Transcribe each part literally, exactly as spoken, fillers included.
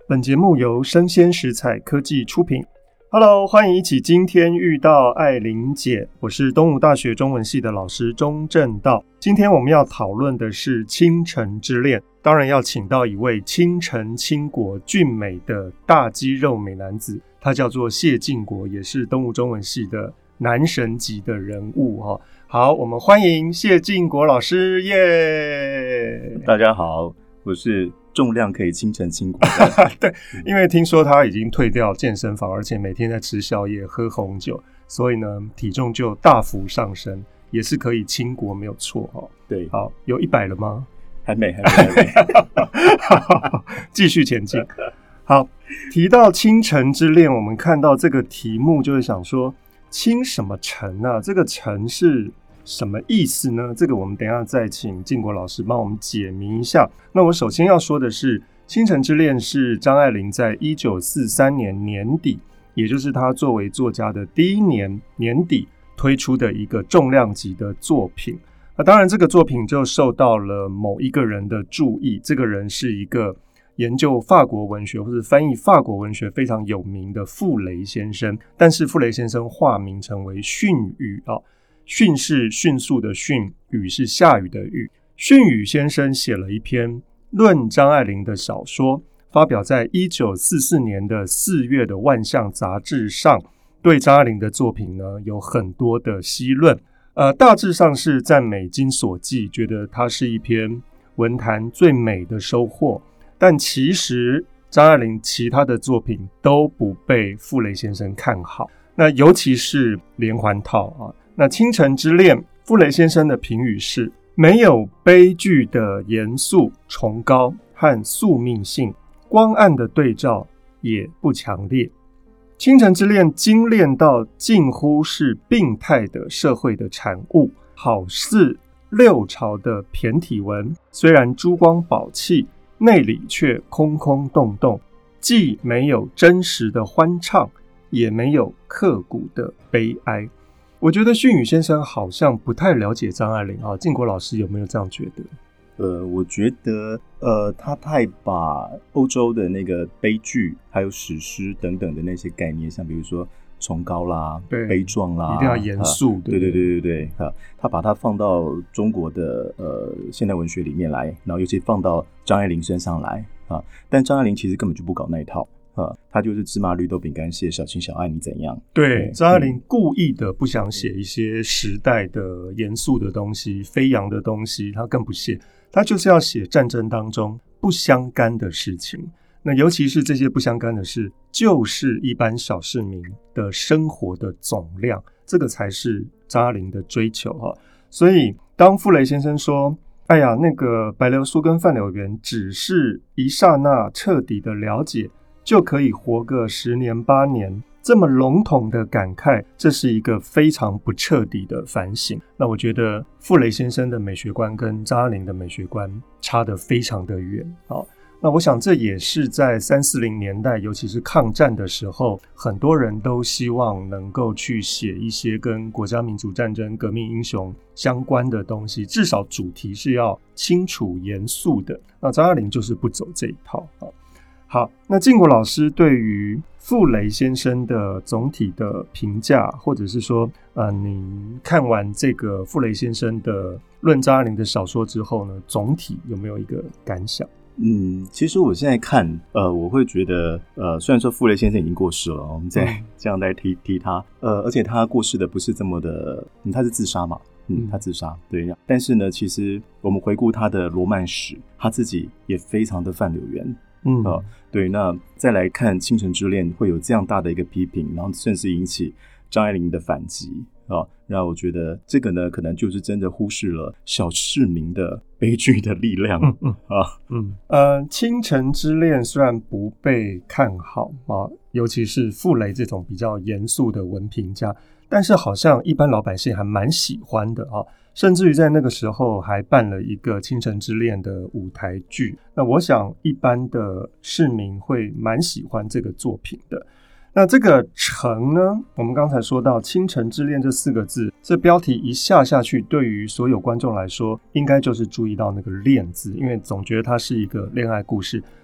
本节目由生鲜食材科技出品。Hello， 欢迎一起今天遇到爱玲姐，我是东吴大学中文系的老师钟正道。今天我们要讨论的是倾城之恋，当然要请到一位倾城倾国俊美的大肌肉美男子，他叫做谢晋国，也是东吴中文系的男神级的人物。好，我们欢迎谢晋国老师耶！ 大家好，我是重量可以倾城倾国的对，因为听说他已经退掉健身房，而且每天在吃宵夜喝红酒，所以呢体重就大幅上升，也是可以倾国没有错。 对， 好，有一百了吗？ 还没还没还没好，继续前进。好，提到倾城之恋，我们看到这个题目就会想说倾什么城啊？这个城是什么意思呢？这个我们等一下再请晋国老师帮我们解谜一下。那我首先要说的是，倾城之恋是张爱玲在一九四三年年底，也就是她作为作家的第一年年底推出的一个重量级的作品。那当然这个作品就受到了某一个人的注意，这个人是一个研究法国文学或者翻译法国文学非常有名的傅雷先生，但是傅雷先生化名成为训语啊。训是迅速的训，雨是下雨的雨。训语先生写了一篇论张爱玲的小说，发表在一九四四年的四月的万象杂志上，对张爱玲的作品呢有很多的析论，呃，大致上是赞美金锁记，觉得它是一篇文坛最美的收获，但其实张爱玲其他的作品都不被傅雷先生看好，那尤其是连环套啊。那倾城之恋，傅雷先生的评语是没有悲剧的严肃崇高和宿命性，光暗的对照也不强烈。倾城之恋精炼到近乎是病态的社会的产物，好似六朝的骈体文，虽然珠光宝气，内里却空空洞洞，既没有真实的欢畅，也没有刻骨的悲哀。我觉得训语先生好像不太了解张爱玲啊，晋国老师有没有这样觉得？ 呃，我觉得呃，他太把欧洲的那个悲剧还有史诗等等的那些概念，像比如说崇高啦、悲壮啦， 一定要严肃、 啊，对对对对对，啊，他把它放到中国的呃现代文学里面来，然后尤其放到张爱玲身上来啊，但张爱玲其实根本就不搞那一套。啊，他就是芝麻绿豆饼干蟹，小情小爱你怎样？ 对，张爱玲故意的不想写一些时代的严肃的东西、飞扬的东西，他更不写，他就是要写战争当中不相干的事情。那尤其是这些不相干的事，就是一般小市民的生活的总量，这个才是张爱玲的追求哈。所以，当傅雷先生说：“哎呀，那个白流苏跟范柳原只是一刹那彻底的了解。”就可以活个十年八年，这么笼统的感慨，这是一个非常不彻底的反省。那我觉得傅雷先生的美学观跟张爱玲的美学观差得非常的远。好，那我想这也是在三四零年代，尤其是抗战的时候，很多人都希望能够去写一些跟国家民主战争、革命英雄相关的东西，至少主题是要清楚严肃的。那张爱玲就是不走这一套。好，那晋国老师对于傅雷先生的总体的评价，或者是说，呃，你看完这个傅雷先生的论张爱玲的小说之后呢，总体有没有一个感想？ 嗯，其实我现在看，呃，我会觉得，呃，虽然说傅雷先生已经过世了，我们再这样来提提他，呃，而且他过世的不是这么的，嗯、他是自杀嘛，嗯，他自杀，对。但是呢，其实我们回顾他的罗曼史，他自己也非常的范柳原。嗯、呃，对，那再来看《倾城之恋》会有这样大的一个批评，然后甚至引起张爱玲的反击啊，让我觉得这个呢，可能就是真的忽视了小市民的悲剧的力量、嗯嗯、啊。嗯， 呃，《倾城之恋》虽然不被看好啊，尤其是傅雷这种比较严肃的文评家，但是好像一般老百姓还蛮喜欢的啊。甚至于在那个时候还办了一个《倾城之恋》的舞台剧，那我想一般的市民会蛮喜欢这个作品的。那这个城呢，我们刚才说到倾城之恋这四个字，这标题一下下去，对于所有观众来说应该就是注意到那个恋字，因为总觉得它是一个恋爱故事。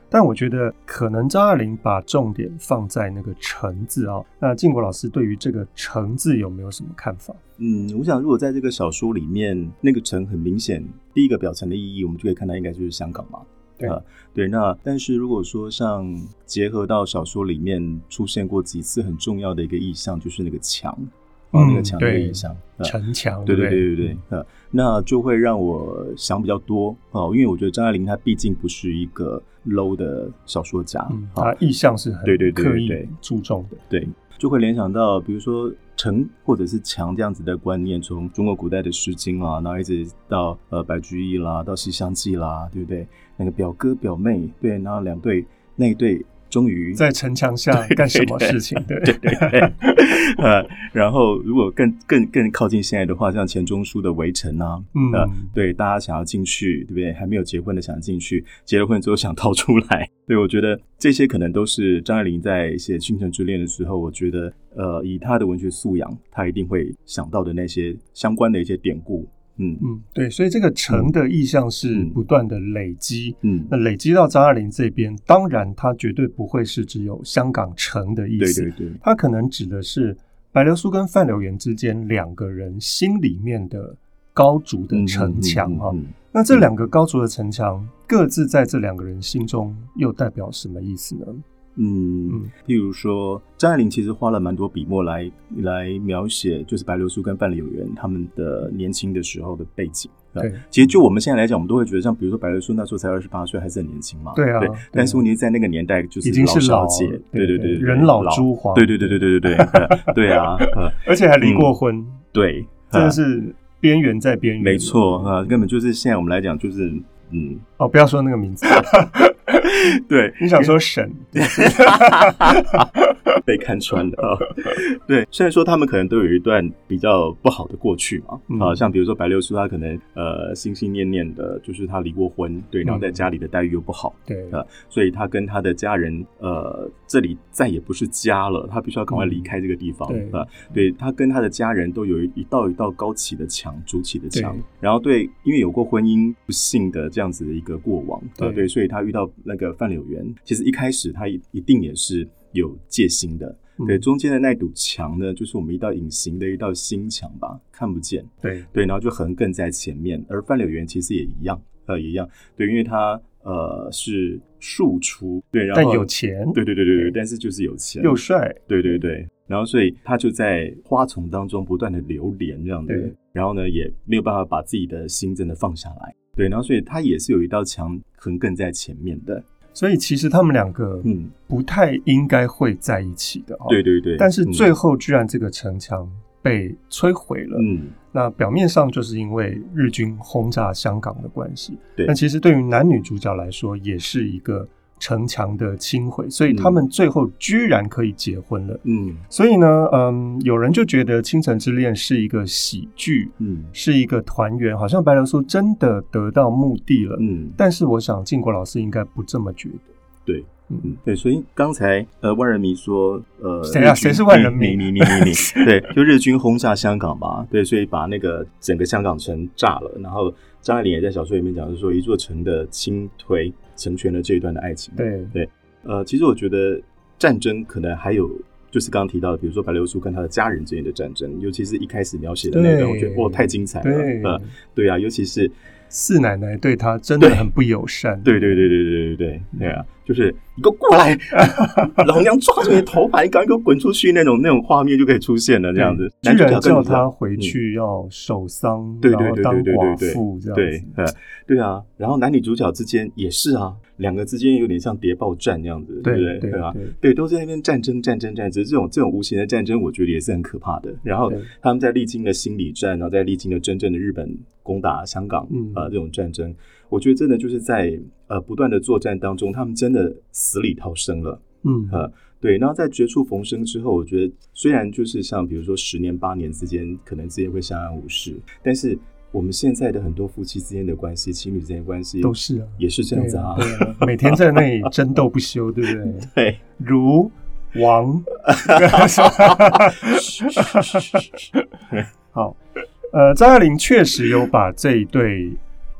但我觉得可能张爱玲把重点放在那个诚字啊、哦。那靖国老师对于这个诚字有没有什么看法？ 嗯，我想如果在这个小说里面，那个诚很明显，第一个表诚的意义，我们就可以看到应该就是香港嘛。 对、 呃、对，那但是如果说像结合到小说里面出现过几次很重要的一个意象，就是那个墙。哦，那个墙的意象， 城墙， 对对对对对，呃，那就会让我想比较多哦，因为我觉得张爱玲她毕竟不是一个 low 的小说家， 嗯，她意象是很刻意注重的， 对，就会联想到比如说城或者是墙这样子的观念，从中国古代的诗经啦，然后一直到呃白居易啦，到西厢记啦，对不对？那个表哥表妹，对，然后两对那一对。终于在城墙下干什么事情？对对 对, 对, 对、 呃，然后如果更更更靠近现在的话，像钱钟书的《围城》啊，嗯、呃，对，大家想要进去，对不对？还没有结婚的想进去，结了婚之后想逃出来。对，我觉得这些可能都是张爱玲在写《倾城之恋》的时候，我觉得呃，以她的文学素养，她一定会想到的那些相关的一些典故。嗯嗯，对，所以这个城的意象是不断的累积， 嗯， 那累积到张爱玲这边，当然它绝对不会是只有香港城的意思， 对对对， 它可能指的是白流苏跟范柳原之间两个人心里面的高筑的城墙啊、嗯嗯嗯嗯。那这两个高筑的城墙，各自在这两个人心中又代表什么意思呢？ 嗯，譬如说张爱玲其实花了蛮多笔墨来来描写，就是白流苏跟范柳原他们的年轻的时候的背景。 对， 其实就我们现在来讲，我们都会觉得像比如说白流苏那时候才二十八岁，还是很年轻嘛。 对啊， 对，但是问题在那个年代就是已经是老少姐，对对 对, 对， 人老珠黄， 对对对对对对对，对啊， 而且还离过婚，嗯、 对， 真的是边缘在边缘， 没错啊，根本就是现在我们来讲就是嗯， 哦，不要说那个名字。 对， 你想说神被看穿的啊、哦？对，虽然说他们可能都有一段比较不好的过去嘛，啊、嗯，像比如说白流苏，他可能呃心心念念的就是他离过婚，对，然后在家里的待遇又不好， 对、 嗯呃，所以他跟他的家人呃这里再也不是家了，他必须要赶快离开这个地方， 嗯、对、 呃，对他跟他的家人都有一道一道高起的墙，筑起的墙，然后对，因为有过婚姻不幸的这样子的一个过往，对、呃、对，所以他遇到那个范柳原，其实一开始他一定也是有戒心的，嗯、对，中间的那堵墙呢，就是我们一道隐形的一道心墙吧，看不见， 对对，然后就横亘在前面，而范柳原其实也一样，呃，也一样，对，因为他呃是庶出，对，然后但有钱， 对对对对对，但是就是有钱又帅， 对对对，然后所以他就在花丛当中不断的流连这样的，然后呢也没有办法把自己的心真的放下来，对，然后所以他也是有一道墙横亘在前面的。 所以其实他们两个嗯不太应该会在一起的、哦、 对对对， 但是最后居然这个城墙被摧毁了， 嗯， 那表面上就是因为日军轰炸香港的关系， 对， 但其实对于男女主角来说也是一个城墙的倾毁，所以他们最后居然可以结婚了， 嗯， 所以呢，嗯，有人就觉得《倾城之恋》是一个喜剧， 嗯，是一个团圆，好像白流苏真的得到目的了， 嗯， 但是我想靖国老师应该不这么觉得， 对，嗯，对，所以刚才呃万人迷说，呃， 谁啊？谁是万人迷？ 你你你你你，对，就日军轰炸香港嘛，对，所以把那个整个香港城炸了，然后张爱玲也在小说里面讲，就是说一座城的倾颓成全了这一段的爱情。 对对，呃，其实我觉得战争可能还有就是刚刚提到的，比如说白流苏跟他的家人之间的战争，尤其是一开始描写的那段，我觉得哇太精彩了。 对， 呃，对啊，尤其是四奶奶对他真的很不友善。 对对对对对对对对啊，就是你给我过来，老娘抓住你的头发，你赶快给我滚出去，那种那种画面就可以出现了，这样子。 居然叫他回去要守丧， 对然后当寡妇这样子。 对，呃，对啊，然后男女主角之间也是啊，两个之间有点像谍报战那样子，对不对？对吧？对，都在那边战争战争战争，这种这种无形的战争，我觉得也是很可怕的。然后他们在历经了心理战，然后在历经了真正的日本攻打香港啊、呃、这种战争，我觉得真的就是在呃不断的作战当中，他们真的死里逃生了。 嗯呃对，然后在绝处逢生之后，我觉得虽然就是像比如说十年八年之间，可能之间会相安无事，但是我们现在的很多夫妻之间的关系、情侣之间的关系都是啊， 也是这样子啊， 对啊对啊每天在那里争斗不休，对不对？ 对， 如王。好，呃，张爱玲确实有把这一对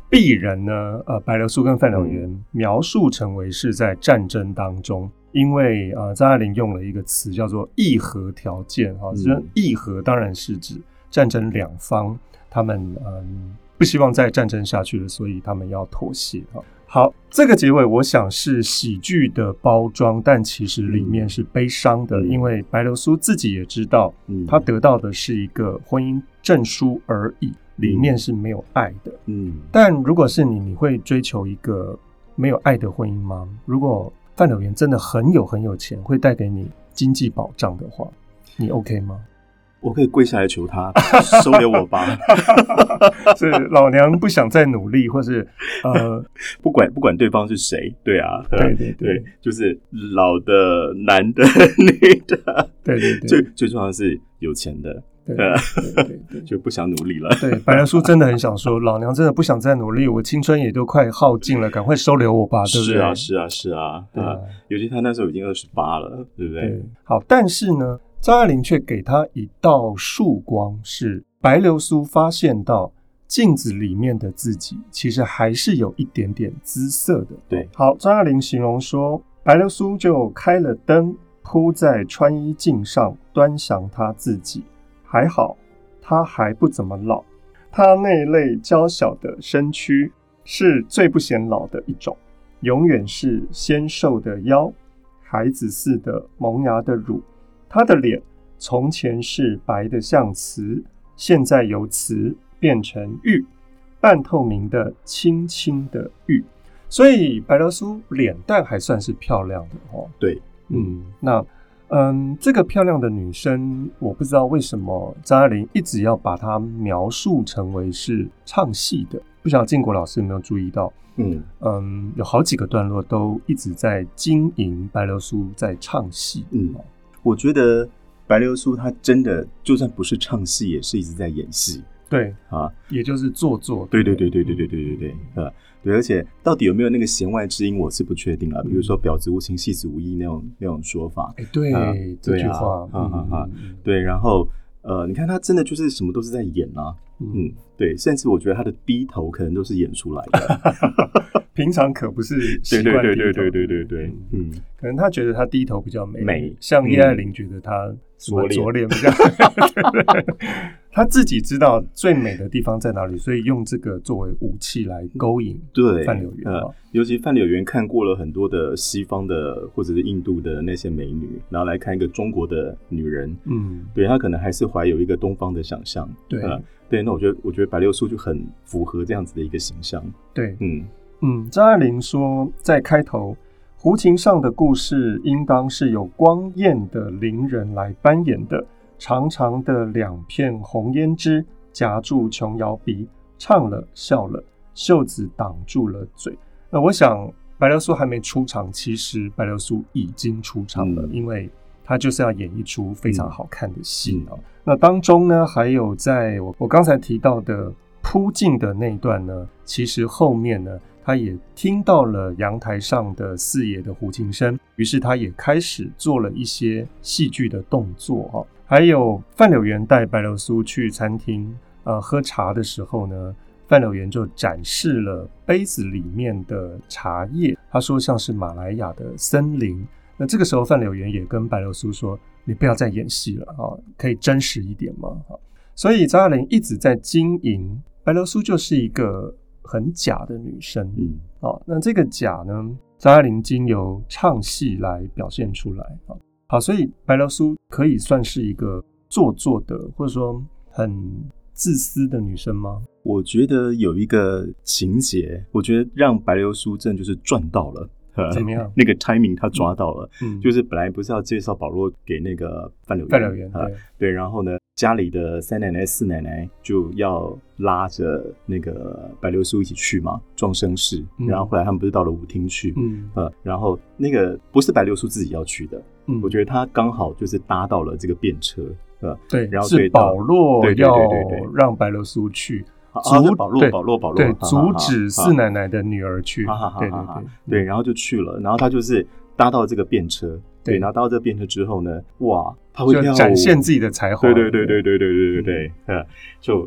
鄙人呢，呃，白流苏跟范柳原、嗯、描述成为是在战争当中，因为呃张爱玲用了一个词叫做议和条件哈，这、嗯、议和当然是指战争两方他们嗯不希望再战争下去了，所以他们要妥协哈。好，这个结尾我想是喜剧的包装，但其实里面是悲伤的，嗯、因为白流苏自己也知道，嗯、她得到的是一个婚姻证书而已。里面是没有爱的，嗯，但如果是你，你会追求一个没有爱的婚姻吗？如果范柳原真的很有很有钱，会带给你经济保障的话，你 OK 吗？ 我可以跪下来求他收留我吧。 是老娘不想再努力，或是呃， 不管不管对方是谁，对啊， 对对 对, 对，就是老的、男的、女的， 对对对， 最最重要的是有钱的。 对对对对， 就不想努力了。 对，白流苏真的很想说，老娘真的不想再努力，我青春也都快耗尽了，赶快收留我吧，对不对？ 是啊，是啊，是啊，对啊。尤其他那时候已经二十八了，对不对？ 对。好，但是呢，张爱玲却给他一道曙光，是白流苏发现到镜子里面的自己，其实还是有一点点姿色的。 对。 好，张爱玲形容说，白流苏就开了灯，铺在穿衣镜上，端详她自己。还好他还不怎么老，他那类娇小的身躯是最不显老的一种，永远是纤瘦的腰，孩子似的萌芽的乳。他的脸从前是白的像瓷，现在由瓷变成玉，半透明的轻轻的玉。所以白流苏脸蛋还算是漂亮的哦。 对， 嗯，那嗯，这个漂亮的女生，我不知道为什么张爱玲一直要把她描述成为是唱戏的。不晓得靖国老师有没有注意到？嗯嗯，有好几个段落都一直在经营白流苏在唱戏。嗯， 我觉得白流苏她真的就算不是唱戏，也是一直在演戏。 对啊，也就是做作。 对对对对对对对对对，呃，对，而且到底有没有那个弦外之音，我是不确定啊。比如说“婊子无情，戏子无义”那种那种说法， 哎，对，呃、这句话， 哈哈哈，对。然后呃，你看他真的就是什么都是在演啊，嗯，嗯对，甚至我觉得他的低头可能都是演出来的， 平常可不是习惯低头。 对对对对对对对，嗯， 可能他觉得他低头比较美， 美， 像叶爱玲觉得他左左脸比较。他自己知道最美的地方在哪里，所以用这个作为武器来勾引范柳原、呃。 尤其范柳原看过了很多的西方的或者是印度的那些美女，然后来看一个中国的女人，嗯，对，他可能还是怀有一个东方的想象。 对、呃， 对，那我觉得，我觉得白流苏就很符合这样子的一个形象。 对，嗯嗯，张爱玲说在开头，胡琴上的故事应当是由光艳的伶人来扮演的。长长的两片红胭脂夹住琼瑶鼻，唱了笑了，袖子挡住了嘴。那我想白流苏还没出场，其实白流苏已经出场了，嗯、因为她就是要演一出非常好看的戏、嗯、那当中呢，还有在我我刚才提到的扑镜的那一段呢，其实后面呢，他也听到了阳台上的四爷的胡琴声，于是他也开始做了一些戏剧的动作。还有范柳原带白流苏去餐厅呃喝茶的时候呢，范柳原就展示了杯子里面的茶叶，他说像是马来亚的森林。那这个时候范柳原也跟白流苏说，你不要再演戏了、哦、可以真实一点吗？所以张爱玲一直在经营白流苏就是一个很假的女生、嗯哦、那这个假呢，张爱玲经由唱戏来表现出来、哦好，所以白流苏可以算是一个做作的，或者说很自私的女生吗？ 我觉得有一个情节，我觉得让白流苏真的就是赚到了。 怎么样？ 那个 timing 他抓到了、 嗯， 就是本来不是要介绍保罗给那个范柳原， 范柳原对、 啊、对，然后呢，家里的三奶奶、四奶奶就要拉着那个白流苏一起去嘛，壮声势、嗯，然后后来他们不是到了舞厅去，嗯，呃，然后那个不是白流苏自己要去的，嗯，我觉得他刚好就是搭到了这个便车，呃， 对， 然后是保罗要让白流苏去。 阻保罗保罗保罗对，阻止四奶奶的女儿去，对对对对，然后就去了，然后他就是搭到这个便车，对，然后搭到这个便车之后呢，哇，他会跳舞， 就展现自己的才华， 对对对对对对对对对，嗯，就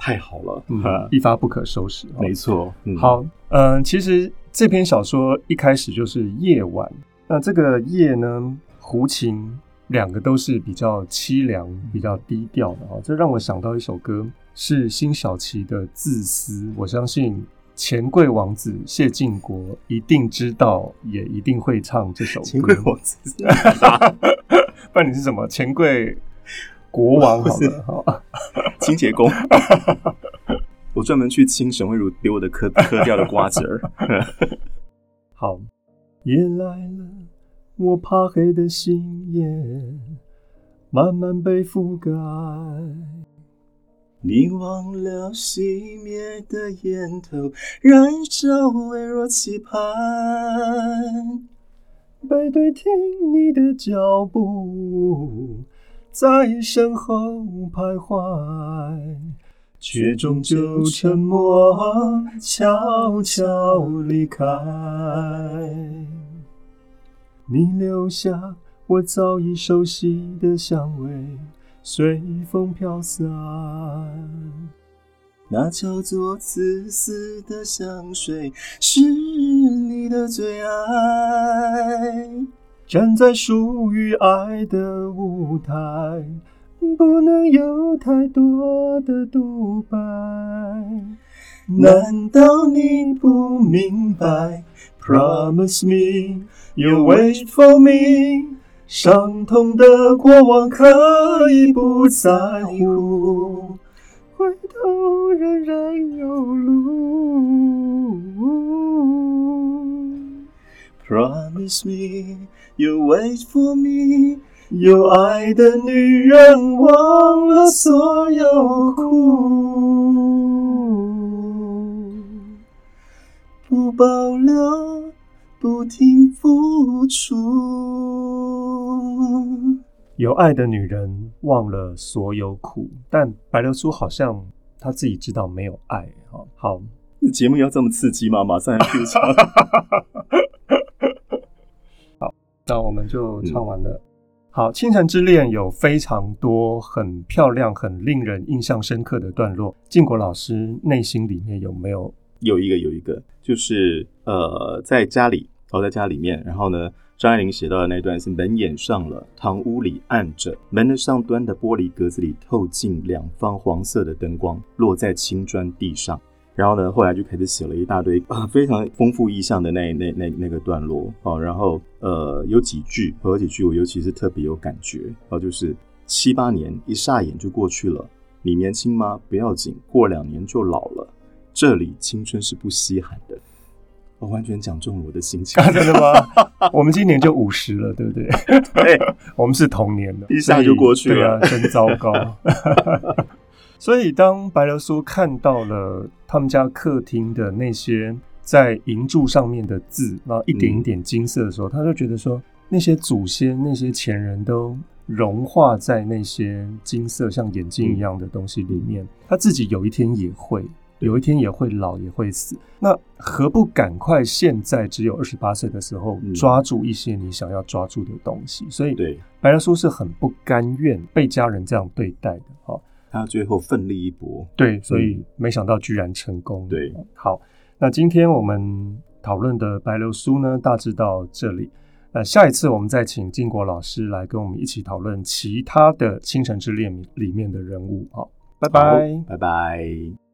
太好了， 嗯，一发不可收拾。 没错。嗯、 好，嗯、呃，其实这篇小说一开始就是夜晚，那这个夜呢，胡琴两个都是比较凄凉、比较低调的哦，这让我想到一首歌，是辛晓琪的《自私》，我相信钱柜王子谢晋国一定知道，也一定会唱这首歌。 钱柜王子， 不然你是什么？钱柜国王好了，好， 清洁工。我专门去清沈慧茹给我的磕磕掉的瓜子儿。 好，夜来了，我怕黑的星夜慢慢被覆盖。 你忘了熄灭的烟头，燃烧微弱期盼。 背对听你的脚步，在身后徘徊，却终究沉默，悄悄离开。你留下我早已熟悉的香味，随风飘散。 那叫做自私的香水，是你的最爱。 站在属于爱的舞台，不能有太多的独白。难道你不明白 ？Promise me you'll wait for me。伤痛的过往可以不在乎，回头仍然有路。 Promise me you'll wait for me。 有爱的女人忘了所有苦， 不保留，不停付出。 有爱的女人忘了所有苦，但白流苏好像她自己知道没有爱。好， 节目要这么刺激吗？马上要去唱。 好，那我们就唱完了。嗯、好，《倾城之恋》有非常多很漂亮、很令人印象深刻的段落。晋国老师内心里面有没有？ 有一个，有一个，就是呃，在家里，哦，在家里面，然后呢？张爱玲写到的那段是门掩上了，堂屋里暗着，门的上端的玻璃格子里透进两方黄色的灯光，落在青砖地上。然后呢，后来就开始写了一大堆、啊、非常丰富意象的那那那那个段落、哦、然后呃有几句，有几句我尤其是特别有感觉、哦、就是七八年一霎眼就过去了，你年轻吗？不要紧，过两年就老了。这里青春是不稀罕的。我完全讲中了我的心情。 真的吗？我们今年就五十了，对不对？ 对， 我们是同年的， 一下就过去了。 对啊，真糟糕。所以当白流苏看到了他们家客厅的那些在银柱上面的字，然后一点一点金色的时候，嗯、他就觉得说，那些祖先、那些前人都融化在那些金色像眼睛一样的东西里面，嗯、他自己有一天也会。有一天也会老，也会死。那何不赶快现在只有二十八岁的时候，抓住一些你想要抓住的东西？所以，白流苏是很不甘愿被家人这样对待的。哦、 他最后奋力一搏， 对，所以没想到居然成功。 对， 好，那今天我们讨论的白流苏呢，大致到这里。那下一次我们再请晋国老师来跟我们一起讨论其他的《倾城之恋》里面的人物。好，拜拜， 拜拜。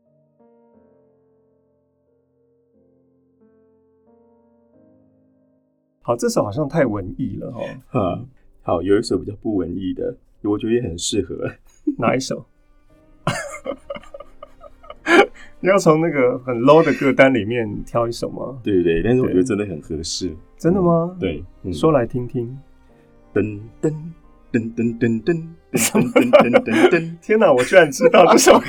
好，这首好像太文艺了哦。 嗯，好，有一首比较不文艺的，我觉得也很适合。 哪一首？你要从那个很 low 的歌单里面挑一首吗？ 对对对，但是我觉得真的很合适。 真的吗？ 嗯、对、嗯， 说来听听。 噔噔噔噔噔噔噔噔噔噔噔！ 天哪，我居然知道这首歌！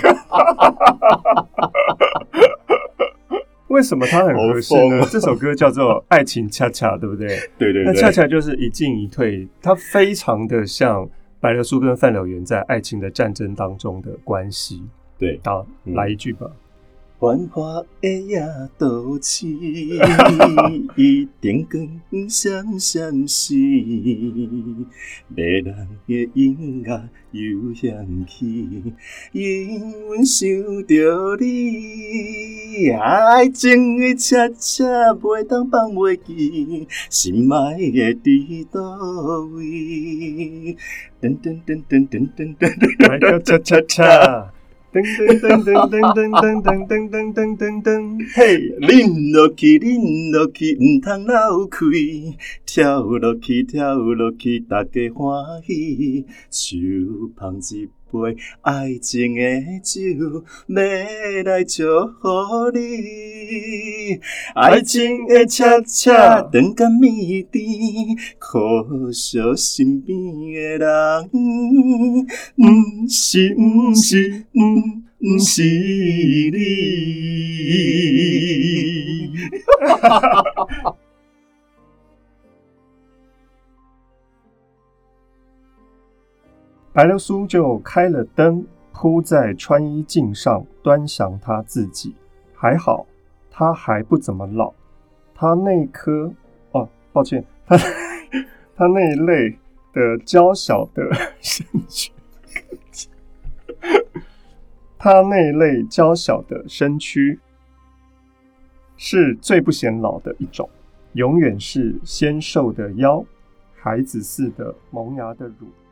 为什么它很合适呢？这首歌叫做《爱情恰恰》，对不对？ 对对对。 那恰恰就是一进一退，它非常的像白流苏跟范柳原在爱情的战争当中的关系。 对， 好，嗯、来一句吧。 繁华的夜都市，灯光闪闪时，迷人的音乐又响起，因阮想着你，爱情的恰恰袂当放袂记，心爱的伫倒位？噔噔噔噔噔噔噔， 来个恰恰恰。噔噔噔噔噔噔噔噔噔噔噔噔噔，嘿！ 恁落去，恁落去，毋通流开，跳落去，跳落去，大家欢喜。手捧一杯爱情的酒，要来祝福你。爱情的恰恰，长甲谜甜，可惜身边的人，毋是，毋是，毋。毋是你。 白流苏就开了灯，铺在穿衣镜上，端详他自己。还好，他还不怎么老。他那颗哦，抱歉，他他那一类的娇小的身躯。他那类娇小的身躯是最不显老的一种，永远是纤瘦的腰，孩子似的萌芽的乳。